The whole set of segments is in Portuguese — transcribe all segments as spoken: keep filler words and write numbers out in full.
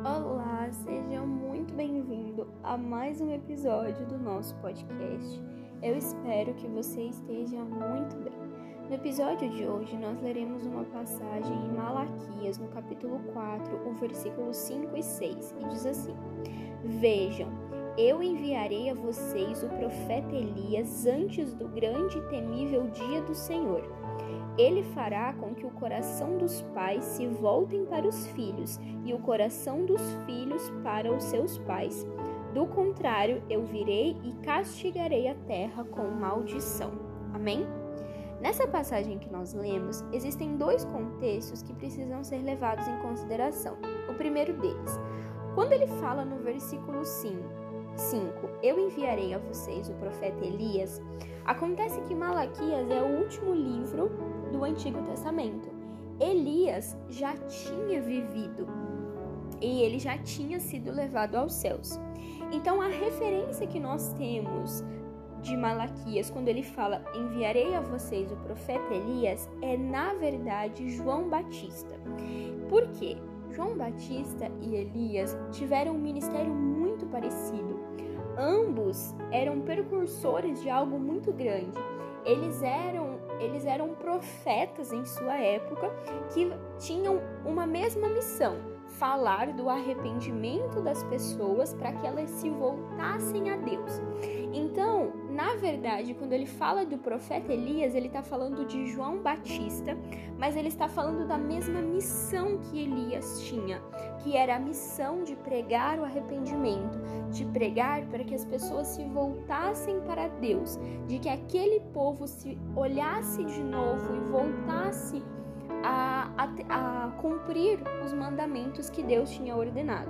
Olá, seja muito bem-vindo a mais um episódio do nosso podcast. Eu espero que você esteja muito bem. No episódio de hoje, nós leremos uma passagem em Malaquias, no capítulo quatro, o versículos cinco e seis, e diz assim: Vejam, eu enviarei a vocês o profeta Elias antes do grande e temível dia do Senhor. Ele fará com que o coração dos pais se voltem para os filhos e o coração dos filhos para os seus pais. Do contrário, eu virei e castigarei a terra com maldição. Amém? Nessa passagem que nós lemos, existem dois contextos que precisam ser levados em consideração. O primeiro deles, quando ele fala no versículo cinco, eu enviarei a vocês o profeta Elias, acontece que Malaquias é o último livro do Antigo Testamento. Elias já tinha vivido e ele já tinha sido levado aos céus. Então a referência que nós temos de Malaquias, quando ele fala enviarei a vocês o profeta Elias, é na verdade João Batista. Por quê? João Batista e Elias tiveram um ministério muito parecido. Ambos eram precursores de algo muito grande. Eles eram, eles eram profetas em sua época que tinham uma mesma missão: falar do arrependimento das pessoas para que elas se voltassem a Deus. Então, na verdade, quando ele fala do profeta Elias, ele está falando de João Batista, mas ele está falando da mesma missão que Elias tinha, que era a missão de pregar o arrependimento, de pregar para que as pessoas se voltassem para Deus, de que aquele povo se olhasse de novo e voltasse a, a, a cumprir os mandamentos que Deus tinha ordenado.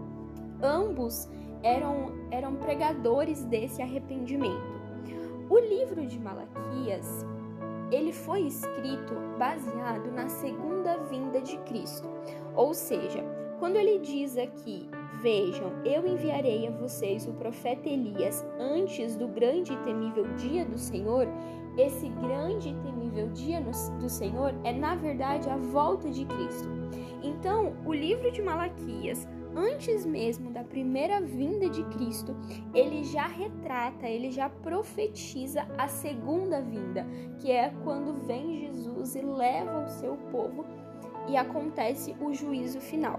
Ambos eram, eram pregadores desse arrependimento. O livro de Malaquias, ele foi escrito baseado na segunda vinda de Cristo. Ou seja, quando ele diz aqui, vejam, eu enviarei a vocês o profeta Elias antes do grande e temível dia do Senhor, esse grande e temível dia do Senhor é, na verdade, a volta de Cristo. Então, o livro de Malaquias, antes mesmo da primeira vinda de Cristo, ele já retrata, ele já profetiza a segunda vinda, que é quando vem Jesus e leva o seu povo e acontece o juízo final.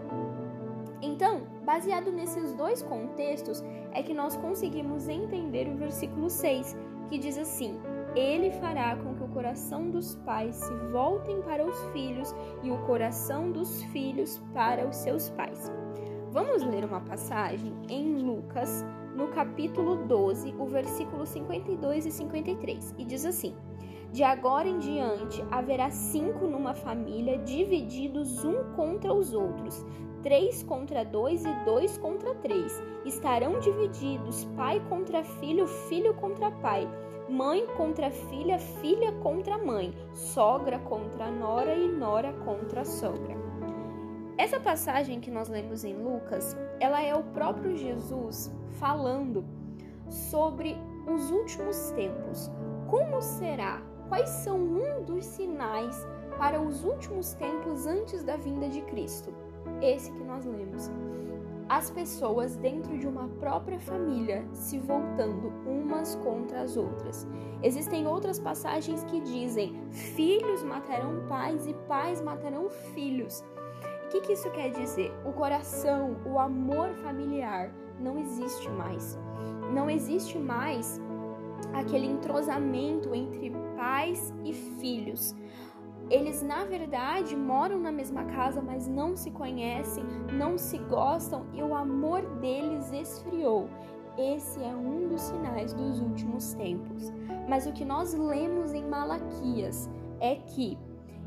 Então, baseado nesses dois contextos, é que nós conseguimos entender o versículo seis, que diz assim: Ele fará com que o coração dos pais se voltem para os filhos e o coração dos filhos para os seus pais. Vamos ler uma passagem em Lucas, no capítulo doze, o versículo cinquenta e dois e cinquenta e três, e diz assim: De agora em diante haverá cinco numa família, divididos um contra os outros, três contra dois e dois contra três. Estarão divididos pai contra filho, filho contra pai, mãe contra filha, filha contra mãe, sogra contra nora e nora contra sogra. Essa passagem que nós lemos em Lucas, ela é o próprio Jesus falando sobre os últimos tempos. Como será? Quais são um dos sinais para os últimos tempos antes da vinda de Cristo? Esse que nós lemos. As pessoas dentro de uma própria família se voltando umas contra as outras. Existem outras passagens que dizem: filhos matarão pais e pais matarão filhos. O que, que isso quer dizer? O coração, o amor familiar não existe mais. Não existe mais aquele entrosamento entre pais e filhos. Eles, na verdade, moram na mesma casa, mas não se conhecem, não se gostam e o amor deles esfriou. Esse é um dos sinais dos últimos tempos. Mas o que nós lemos em Malaquias é que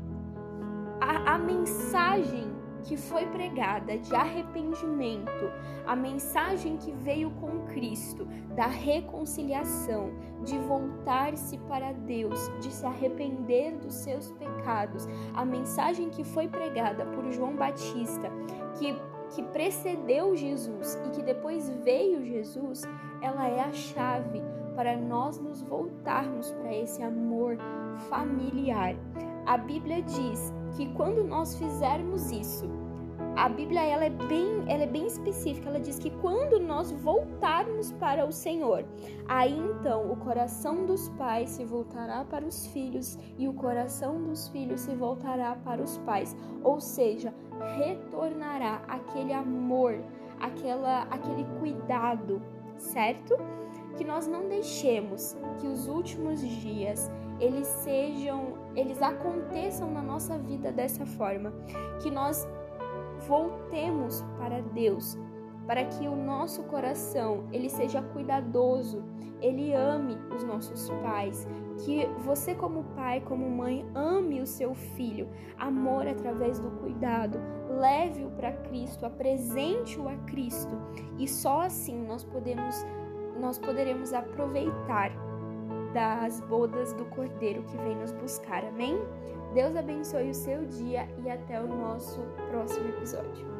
a, a mensagem que foi pregada de arrependimento, a mensagem que veio com Cristo, da reconciliação, de voltar-se para Deus, de se arrepender dos seus pecados, a mensagem que foi pregada por João Batista, que, que precedeu Jesus e que depois veio Jesus, ela é a chave para nós nos voltarmos para esse amor familiar. A Bíblia diz que quando nós fizermos isso, a Bíblia ela é, bem, ela é bem específica, ela diz que quando nós voltarmos para o Senhor, aí então o coração dos pais se voltará para os filhos e o coração dos filhos se voltará para os pais, ou seja, retornará aquele amor, aquela, aquele cuidado, certo? Que nós não deixemos que os últimos dias eles sejam, eles aconteçam na nossa vida dessa forma, que nós voltemos para Deus, para que o nosso coração ele seja cuidadoso, ele ame os nossos pais, que você como pai, como mãe, ame o seu filho, amor através do cuidado, leve-o para Cristo, apresente-o a Cristo, e só assim nós podemos, nós poderemos aproveitar das bodas do Cordeiro que vem nos buscar, amém? Deus abençoe o seu dia e até o nosso próximo episódio.